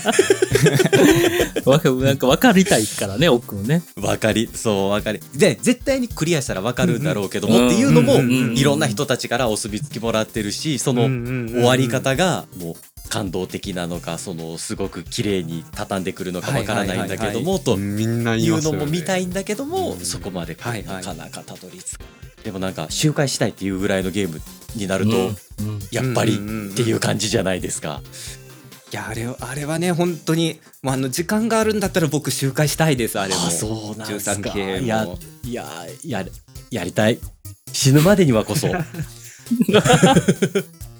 か分かりたいからね奥もね。 分かりそう分かりで絶対にクリアしたら分かるんだろうけども、うん、っていうのも、うん、いろんな人たちからお墨付きもらってるしその終わり方がもう感動的なのかそのすごく綺麗に畳んでくるのか分からないんだけどもというのも見たいんだけども、うん、そこまでなかなかたどり着かない。でもなんか周回したいっていうぐらいのゲームになると、うん、やっぱりっていう感じじゃないですか。 いやあれあれはね本当に、まあ、あの時間があるんだったら僕周回したいですあれも。 あそうなんですか。 じゅうさん系もいやいや や, やりたい死ぬまでにはこそ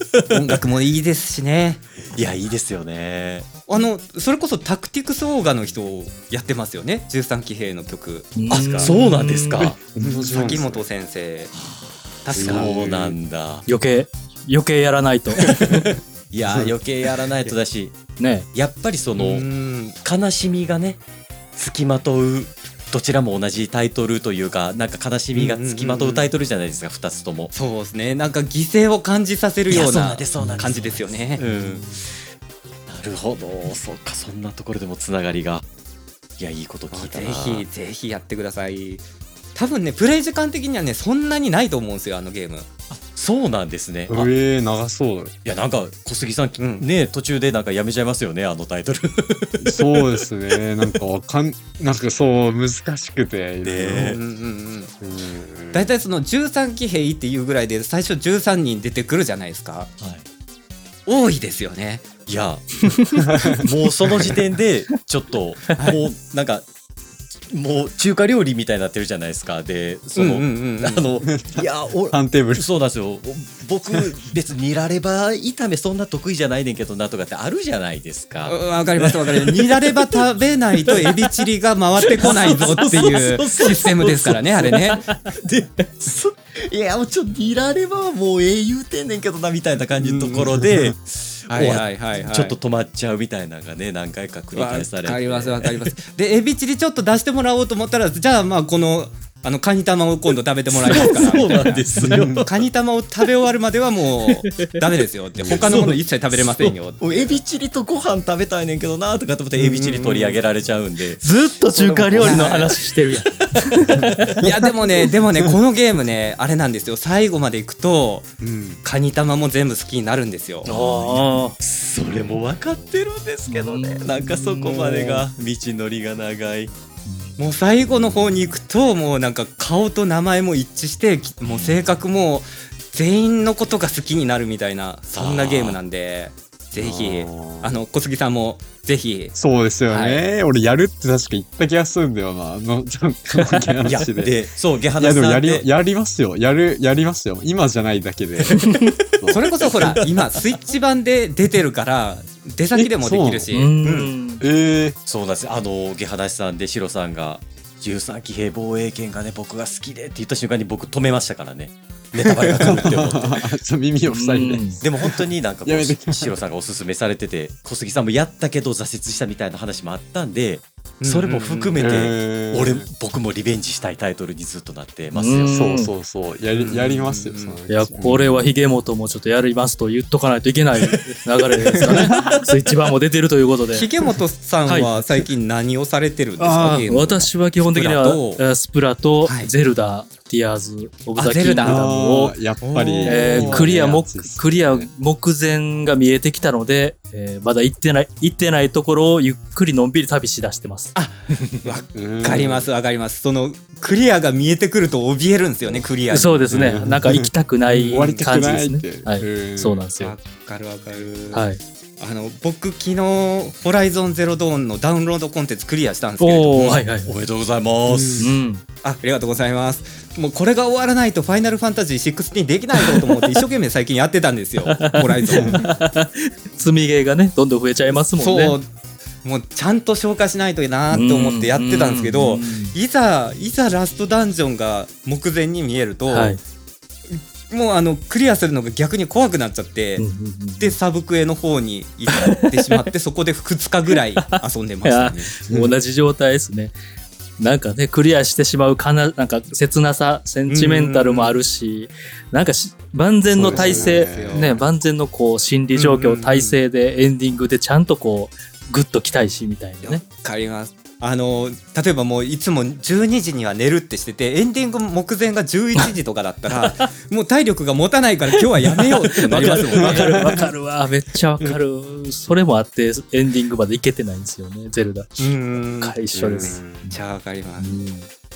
音楽もいいですしね。 いやいいですよね。 あのそれこそタクティクスオーガの人をやってますよね、じゅうさん騎兵の曲。 あ、そうなんですか。 崎本先生、確か。 そうなんだ。 余計余計やらないといや余計やらないとだしね、 やっぱりその悲しみがねつきまとう、どちらも同じタイトルというか、なんか悲しみがつきまとうタイトルじゃないですか、ふたつとも。 そうですね、なんか犠牲を感じさせるような感じですよね。 うん、なるほど、そっか、そんなところでもつながりが。いやいいこと聞いたな。 ぜひぜひやってください。多分ねプレイ時間的にはねそんなにないと思うんですよ、あのゲーム。 あ、そうなんですね。 えー、長そう。 いやなんか小杉さん、うん、ね途中でなんかやめちゃいますよね、あのタイトル。 そうですね、なんかわかんなんかそう難しくて、 ね、 だいたいそのじゅうさん騎兵っていうぐらいで最初じゅうさんにん出てくるじゃないですか。はい、多いですよね。 いやもうその時点でちょっともうなんかもう中華料理みたいになってるじゃないですか。でその、うんうんうん、あのいやおターンテーブル、 そうなんですよ。僕別にニラレバ炒めそんな得意じゃないねんけどなとかってあるじゃないですか。 わかりますわかります。ニラレバ食べないとエビチリが回ってこないぞっていうシステムですからね、あれね。 でそいやもうちょっとニラレバはもうええ言うてんねんけどなみたいな感じのところではいはいはいはい、 ちょっと止まっちゃうみたいなのがね何回か繰り返されて。 わかりますわかります。でエビチリちょっと出してもらおうと思ったら、じゃあまあこのあのカニ玉を今度食べてもらいますからそうなんですよ。 カニ玉を食べ終わるまではもうダメですよって、他のもの一切食べれませんよ。 エビチリとご飯食べたいねんけどなとかと思ってエビチリ取り上げられちゃうんで、 ずっと中華料理の話してるやん。いやでもねでもねこのゲームねあれなんですよ、最後までいくと、うん、カニ玉も全部好きになるんですよ。 ああそれも分かってるんですけどね、なんかそこまでが道のりが長い。 もう最後の方に行くともうなんか顔と名前も一致して、もう性格も全員のことが好きになるみたいな、そんなゲームなんで、ぜひあの小杉さんもぜひ。 そうですよね、はい、俺やるって確か言った気がするんだよな、あのちょっと話で。 でそうゲハナいやさんででもやりやりますよ、やるやりますよ、今じゃないだけで。 それこそほら今スイッチ版で出てるから出先でもできるし。 えー、 そうなんです。あのゲハナさんでシロさんがじゅうさん騎兵防衛権がね僕が好きでって言った瞬間に僕止めましたからね。ネタバレが来るって思って耳を塞いで。 でも本当になんかこうシロさんがおすすめされてて、小杉さんもやったけど挫折したみたいな話もあったんで、それも含めて俺僕もリベンジしたいタイトルにずっとなってますよ。 そうそうそうやりやりますよ。 いやこれはひげもともちょっとやりますと言っとかないといけない流れですかね。スイッチ版も出てるということで。 ひげもとさんは最近何をされてるんですか？ゲーム。 私は基本的にはスプラとゼルダ、ティアーズ・オブ・ザ・キングダムをやっぱり、 えー、クリアもクリア目前が見えてきたので、えー、まだ行ってない行ってないところをゆっくりのんびり旅しだしてます。 あ、わかりますわかります。そのクリアが見えてくると怯えるんですよね、クリアに。 そうですね。なんか行きたくない感じですね。はい、そうなんですよ。 わかるわかる。 はい。 あの僕昨日ホライゾンゼロドーンのダウンロードコンテンツクリアしたんですけれども、 はいはい、 おめでとうございます、 うん、あ, ありがとうございます。もうこれが終わらないとファイナルファンタジーじゅうろくできないぞと思って一生懸命最近やってたんですよ。ホライゾン積みゲーがねどんどん増えちゃいますもんね。 そうもうちゃんと消化しないとなって思ってやってたんですけど、いざいざラストダンジョンが目前に見えると、はい、もうあのクリアするのが逆に怖くなっちゃって、でサブクエの方に行ってしまってそこでふつかぐらい遊んでましたね。 同じ状態ですね。なんかねクリアしてしまうかな、なんか切なさセンチメンタルもあるし、なんかし万全の体制 ね, ね万全のこう心理状況体制でエンディングでちゃんとこうグッときたいしみたいなね。 わかります。あの例えばもういつもじゅうにじには寝るってしててエンディング目前がじゅういちじとかだったらもう体力が持たないから今日はやめようってなりますもんね。 わかるわかるわ、めっちゃわかる。それもあってエンディングまでいけてないんですよね、ゼルダ。うん一緒です。 めっちゃわかります。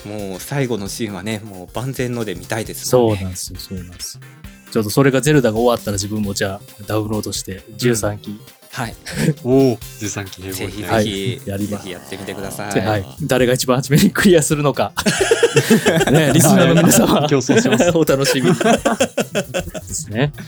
もう最後のシーンはねもう万全ので見たいですもんね。 そうなんですよそうなんですよ。ちょっとそれがゼルダが終わったら自分もじゃあダウンロードしてじゅうさんき、うんはい。 おお、じゅうさんきぜひぜひ、 はい、やります。 ぜひやってみてください。 はい。誰が一番初めにクリアするのか、ね、リスナーの皆様、 競争します。 お楽しみですね。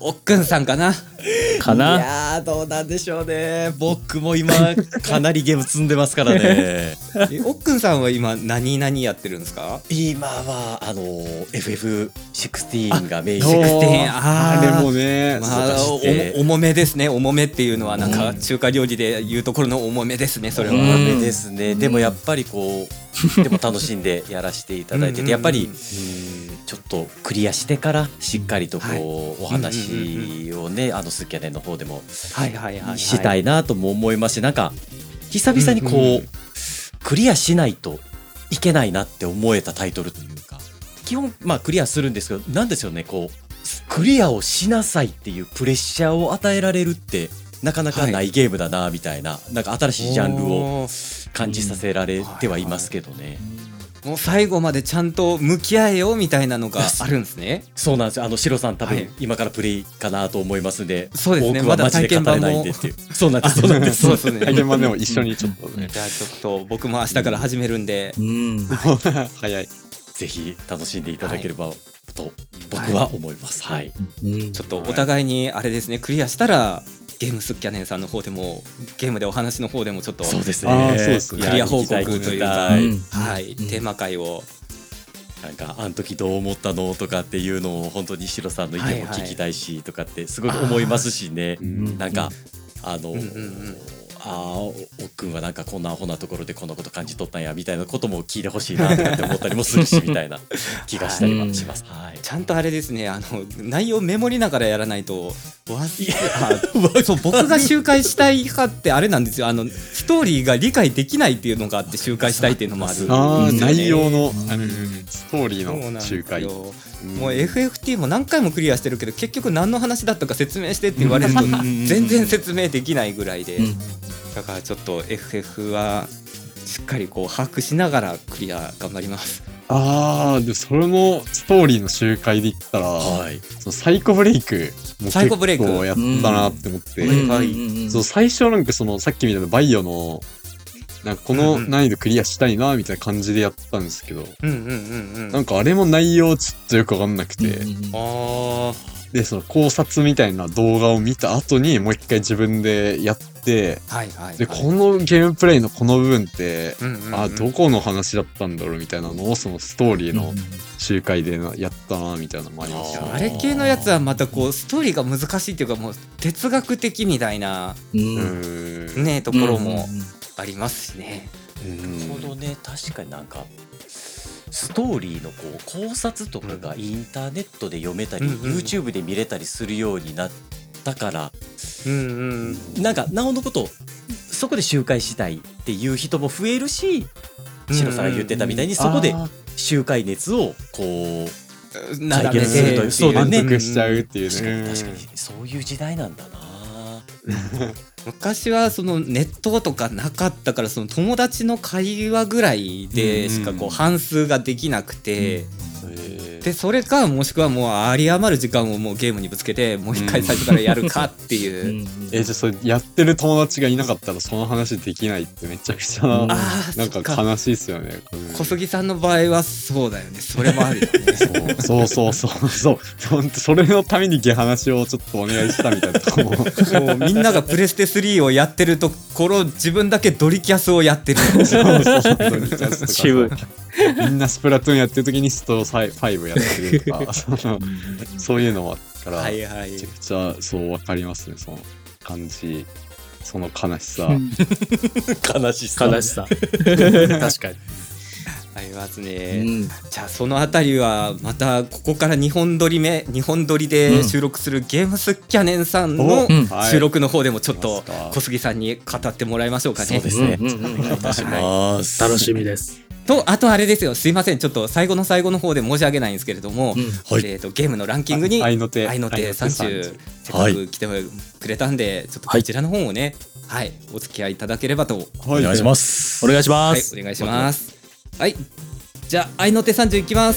おっくんさんかないかな。 やーどうなんでしょうね。僕も今かなりゲーム積んでますからね。 えおっくんさんは今何々やってるんですか？ 今はあの エフエフじゅうろくがメインじゅうろくであーあれもね、 まあ、 そうかしてお重めですね。重めっていうのはなんかうん中華料理でいうところの重めですね。それは。 うんダメですね。でもやっぱりこうでも楽しんでやらせていただいてて、やっぱりうんちょっとクリアしてからしっかりとこう、 はいお話をねあのスキャネの方でもはいはいはいはい。 したいなとも思いますし、なんか久々にこう、 うんうんクリアしないといけないなって思えたタイトルというか、基本まあクリアするんですけど、なんですよね、こうクリアをしなさいっていうプレッシャーを与えられるってなかなかないゲームだなみたいな、なんか新しいジャンルをおー感じさせられてはいますけどね。 もう最後までちゃんと向き合えよみたいなのがあるんですね。 そうなんですよ。あのシロさん多はい分今からプレイかなと思いますんで、 そうですね僕はマジで語れないんでっていう。そうなんです。そうなんです。 そうですね。 体験版でも一緒にちょっとねじゃあちょっと僕も明日から始めるんで、 うん。 早い。 ぜひ楽しんでいただければと僕は思います。はい。 うんちょっとお互いにあれですね、クリアしたらゲームスキャネンさんの方でもゲームでお話の方でもちょっとそうですね。 あーそうですねクリア報告というか、 やりたいうんはい、 うんテーマ会をなんかあの時どう思ったのとかっていうのを本当にシロさんの意見も聞きたいしとかってすごい思いますしね。 うんなんかあの、 うんうんうんああおっくんはなんかこんなアホなところでこんなこと感じ取ったんやみたいなことも聞いてほしいなとかって思ったりもするしみたいな気がしたりはします。はい。 ちゃんとあれですね、あの内容メモりながらやらないと忘れあそう僕が周回したい派ってあれなんですよ、あのストーリーが理解できないっていうのがあって周回したいっていうのもあるんですよああ、 ね。 内容の、あの、ストーリそうーのなんですよ仲介。 もう エフエフティー も何回もクリアしてるけど結局何の話だったか説明してって言われると全然説明できないぐらいで、 うんだからちょっと エフエフ はしっかりこう把握しながらクリア頑張ります。 ああ、で、それのストーリーの周回で言ったら、 はい。 そのサイコブレイクも結サイコブレイク構やったなって思って、 うんはいうんそう最初なんかそのさっきみたいなバイオのなんかこの難易度クリアしたいなみたいな感じでやったんですけど、 うんうんうんうん。 なんかあれも内容ちょっとよくわかんなくて、 うんあでその考察みたいな動画を見た後にもう一回自分でやって、 あ、はいはいはい。 でこのゲームプレイのこの部分って、 うんうんうんあどこの話だったんだろうみたいなのをそのストーリーの周回でなやったなみたいなのもありましたね。 あれ系のやつはまたこうストーリーが難しいっていうかもう哲学的みたいなうんううんーんねところもありますしね。 なるほどね。確かになんかストーリーのこう考察とかがインターネットで読めたり、 うんうん YouTube で見れたりするようになったから、 うんうん。 なんかなおのことそこで周回したいっていう人も増えるし、シロさんが言ってたみたいにそこであ周回熱をこうな体験するというーそうだね満足しちゃうっていう確かにね。 確かにそういう時代なんだな。 昔はそのネットとかなかったからその友達の会話ぐらいでしかこう反数ができなくて、でそれかもしくはもう有り余る時間をもうゲームにぶつけてもう一回最初からやるかっていう。 えじゃあそれやってる友達がいなかったらその話できないってめちゃくちゃうんあなんーそっかか悲しいっすよね。これ小杉さんの場合はそうだよね。それもあるよね。 そうそうそうそう本当それのためにゲ話をちょっとお願いしたみたいなとこももうみんながプレステスリーをやってるところ自分だけドリキャスをやってる。 そうそうそう渋いみんなスプラトゥーンやってる時にストファイブやってるとかそのそういうのもあったから、 はいはいめちゃくちゃそう分かりますねその感じその悲しさ、 悲しさ。 悲しさ確かにありますうね。 んじゃあそのあたりはまたここからにほん撮り目にほん撮りで収録するゲームスキャネンさんのうんはい収録の方でもちょっと行きますか小杉さんに語ってもらいましょうかね。 そうですね。 うんうんうんお願いいたします。 楽しみですとあとあれですよ、すいませんちょっと最後の最後の方で申し訳ないんですけれども、 うんはいえー、とゲームのランキングにあ愛の手愛の手さんじゅうせっはいかく来てくれたんでちょっとこちらの方をね、はいお付き合いいただければと、 おお願いします。 お願いしまはいすお願いします。はいじゃあ愛の手さんじゅういきます。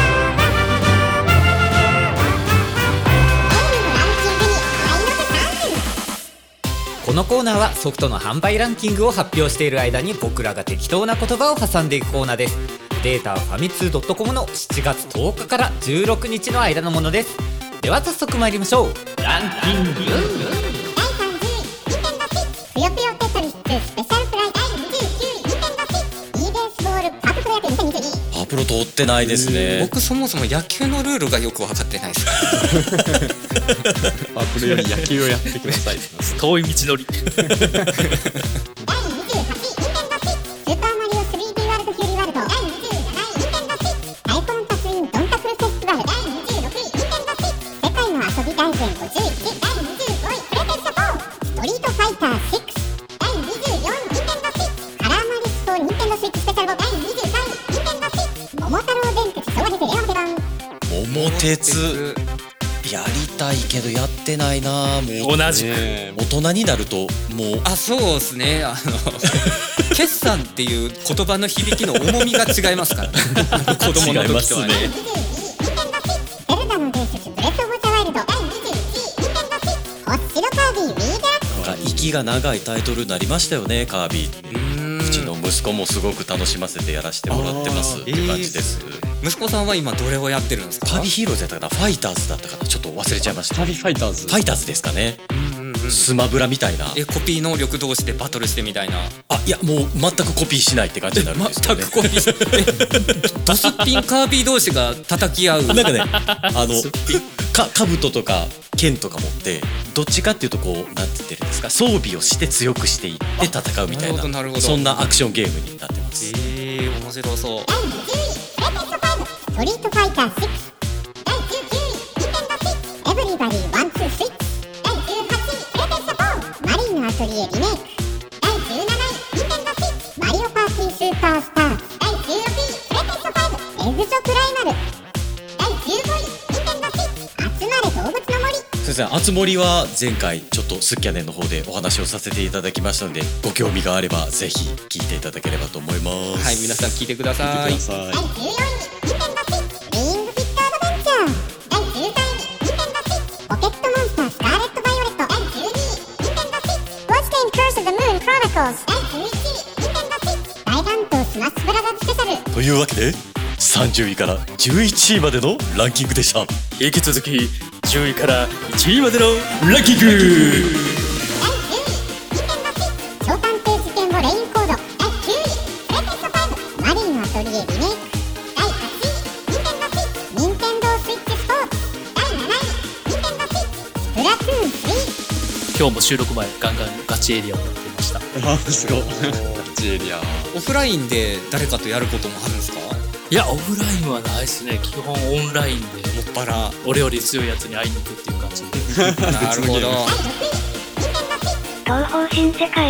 このコーナーはソフトの販売ランキングを発表している間に僕らが適当な言葉を挟んでいくコーナーです。データはファミツー .com のしちがつとおかからじゅうろくにちの間のものです。 では早速参りましょう。ランキングだいさんじゅうい、ニンテンドースイッチぷよぷよテトリススペシャルフライ。だいにじゅうきゅうい、ニンテンドースイッチ e ベースボールパークプロ野球にせんにじゅうに。 パワープロ通ってないですね。 僕そもそも野球のルールがよく分かってないですパープルより野球をやってください。 遠い道のり。 だいにじゅうはち、ニンテンドースイッチスーパーマリオ スリーディー ワールドフューリーワールド。だいにじゅうなない、ニンテンドースイッチ太鼓の達人ドンタフルフェスティバル。だいにじゅうろくい、ニンテンドースイッチ世界の遊び大全ごじゅういち。だいにじゅうごい、プレゼントフォーストリートファイターシックス。だいにじゅうよん、ニンテンドースイッチカラーマリスフォーニンテンドースイッチスペシャルボ。だいにじゅうさんい、ニンテンドースイッチ桃太郎電鉄昭和平成令和の手番。 桃鉄やりたいけどやってないな。もう同じく。 ね大人になるともうあ、そうですね。あの決算っていう言葉の響きの重みが違いますから子供の時とはね。 違いますねだいにじゅうに、ニンテンドースイッチゼルダの伝説ブレスオブザワイルド。だいにじゅういちい、ニンテンドースイッチ星白カービィ Wii デラックス。 なんか息が長いタイトルになりましたよね、カービィって。 うーんうちの息子もすごく楽しませてやらせてもらってますっていう感じです。 息子さんは今どれをやってるんですか？ カービィヒーローズやったかな、ファイターズだったかな、ちょっと忘れちゃいました。 カービィファイターズ。 ファイターズですかね。 うんうんうん。 スマブラみたいな。 え、コピー能力同士でバトルしてみたいな。 あ、いやもう全くコピーしないって感じになるんですよね。 全くコピーしてえドスッピンカービィ同士が叩き合う。 なんかね、あのか兜とか剣とか持ってどっちかっていうとこうなんて言ってるんですか、装備をして強くしていって戦うみたいなるほどなるほどな、そんなアクションゲームになってます。 えー、面白そう。 だいにじゅうい、プレゼントファイブストリートファイターシックス。だいじゅうきゅうい、ニンテンドースイッチエブリバディワンツースイッチ。だいじゅうはちい、プレゼントフォーマリーのアトリエリメイク。だいじゅうなない、ニンテンドースイッチマリオパーティースーパースターズ。だいじゅうろくい、プレゼントファイブエグゾクライマル。だいじゅうごい、ニンテンドースイッチ集まれ動物の森。 先生、あつ森は前回ちょっとスッキャネンの方でお話をさせていただきましたので、ご興味があればぜひ聞いていただければと思います。 はい、皆さん聞いてください。 見てください。 だいじゅうよんい、ニンテンドースイッチビーイングフィットアドベンチャー。だいじゅうさんい、ニンテンドースイッチポケットモンスタースカーレットバイオレット。だいじゅうにい、ニンテンドースイッチウォッチゲームカースオブザムーンクロニコルズ。だいじゅういちい、ニンテンドースイッチ大乱闘スマッシュブラザーズスペシャル。 というわけでさんじゅういからじゅういちいまでのランキングでした。 引き続きじゅういからいちいまでのランキング。 だいじゅうい、ニンテンドースイッチ超探偵事件簿レインコード。だいきゅうい、プレゼントファイブマリーのアトリエリメイク。だいはちい、ニンテンドースイッチニンテンドースイッチスポーツ。だいなない、ニンテンドースイッチスプラトゥーンスリー。 今日も収録前ガンガンガチエリアをやってました。 あ、すごい。ジエリア。 オフラインで誰かとやることもあるんですか？ いや、オフラインはないですね。基本オンラインでもっぱら。 俺より強いやつに会いに行くっていう感じで。 なるほど。 だいろくい、ニンテンドースイッチ東方新世界。 だいごい、ニンテンドースイッチ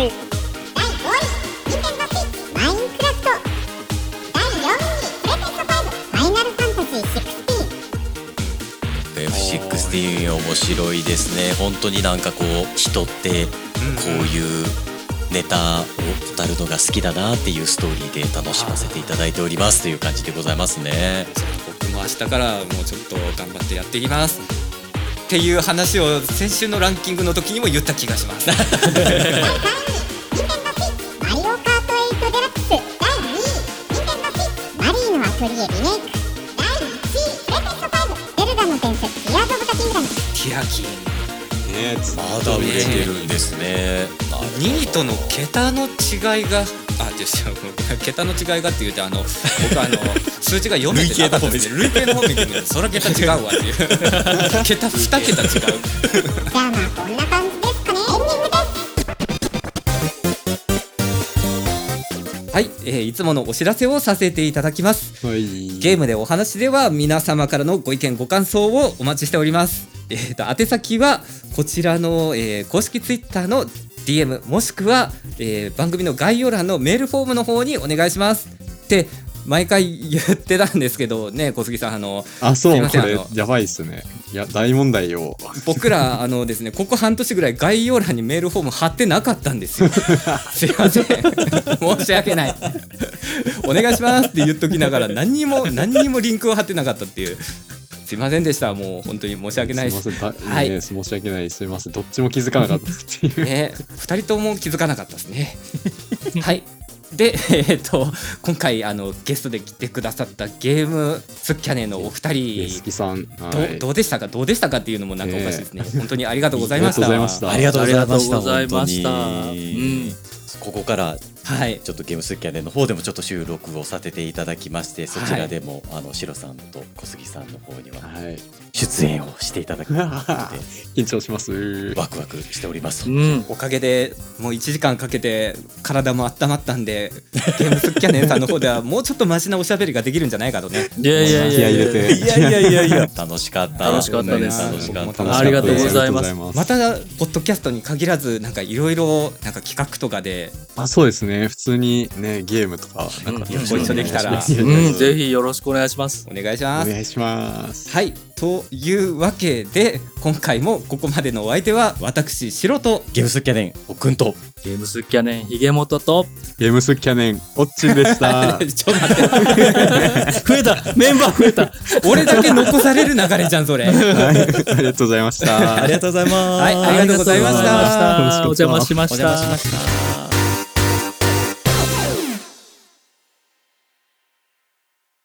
マインクラフト。だいよんい、プレゼントファイブファイナルファンタジーシックスティーン。 エフシックスティーン 面白いですね。本当になんかこう人ってこういうネタを語るのが好きだなっていうストーリーで楽しませていただいておりますという感じでございますね。 僕も明日からもうちょっと頑張ってやっていきますっていう話を先週のランキングの時にも言った気がします。 だいさんい、ニンテンドースイッチマリオカートエイトデラックス。だいにい、ニンテンドースイッチマリーのアトリエリメイク。だいいちい、プレゼントファイブゼルダの伝説ティアーズ・オブ・ザ・キングダム。 ティアキンね、 まだ売れてるんですね。 にいとの桁の違いが、あ、じゃあ桁の違いがって言うと、あの僕あの数字が読めてなかったですね。累計の方見てみるとそら桁違うわっていう桁に桁違う。 じゃあまあこんな感じですかね。エンディングです。 はい、えー、いつものお知らせをさせていただきます。 はい。 ゲームでお話では皆様からのご意見ご感想をお待ちしております。えーと宛先はこちらの、えー、公式ツイッターの ディーエム もしくは、えー、番組の概要欄のメールフォームの方にお願いしますって毎回言ってたんですけどね、小杉さん、あのあ、そう、 すいません、 これあのやばいっすね。いや、大問題を。 僕らあのですね、ここ半年ぐらい概要欄にメールフォーム貼ってなかったんですよ。すいません、申し訳ない。お願いしますって言っときながら何にも何にもリンクを貼ってなかったっていう。すいませんでした。もう本当に申し訳ないです。 すいません、だはいね、申し訳ない。すいません。どっちも気づかなかったっていう。 ね、ふたりとも気づかなかったですね。はい。 で、えー、と今回あのゲストで来てくださったゲームスキャネのお二人好きさん、 どうどうでしたかどうでしたかっていうのもなんかおかしいですね、えー、本当にありがとうございました。 ありがとうございました。 ありがとうございました。 うん、 ここからはい、 ちょっとゲームスキャネの方でもちょっと収録をさせていただきまして、そちらでも、はい、あのシロさんと小杉さんの方には出演をしていただくので、はい、 緊張します。 ワクワクしております、 うん、おかげでもういちじかんかけて体も温まったんで、ゲームスキャネさんの方ではもうちょっとマシなおしゃべりができるんじゃないかとね。 いやいやいやいやいやいやいやいやいや楽しかった楽しかったです。 楽しかった。 ありがとうございます。 またポッドキャストに限らずなんかいろいろなんか企画とかで、 あ、そうですね、普通にねゲームとかなんかご一緒できたら、 うん、ぜひよろしくお願いします。 お願いします。 お願いします。 はい、というわけで今回もここまでのお相手は私シロとゲームスキャネンおっくんとゲームスキャネンひげもととゲームスキャネンおっちんでした。 ちょっと待って増えたメンバー増えた俺だけ残される流れじゃんそれ。はい、 ありがとうございました。 ありがとうございます。 はい、ありがとうございました。 お邪魔しました。 お邪魔しました。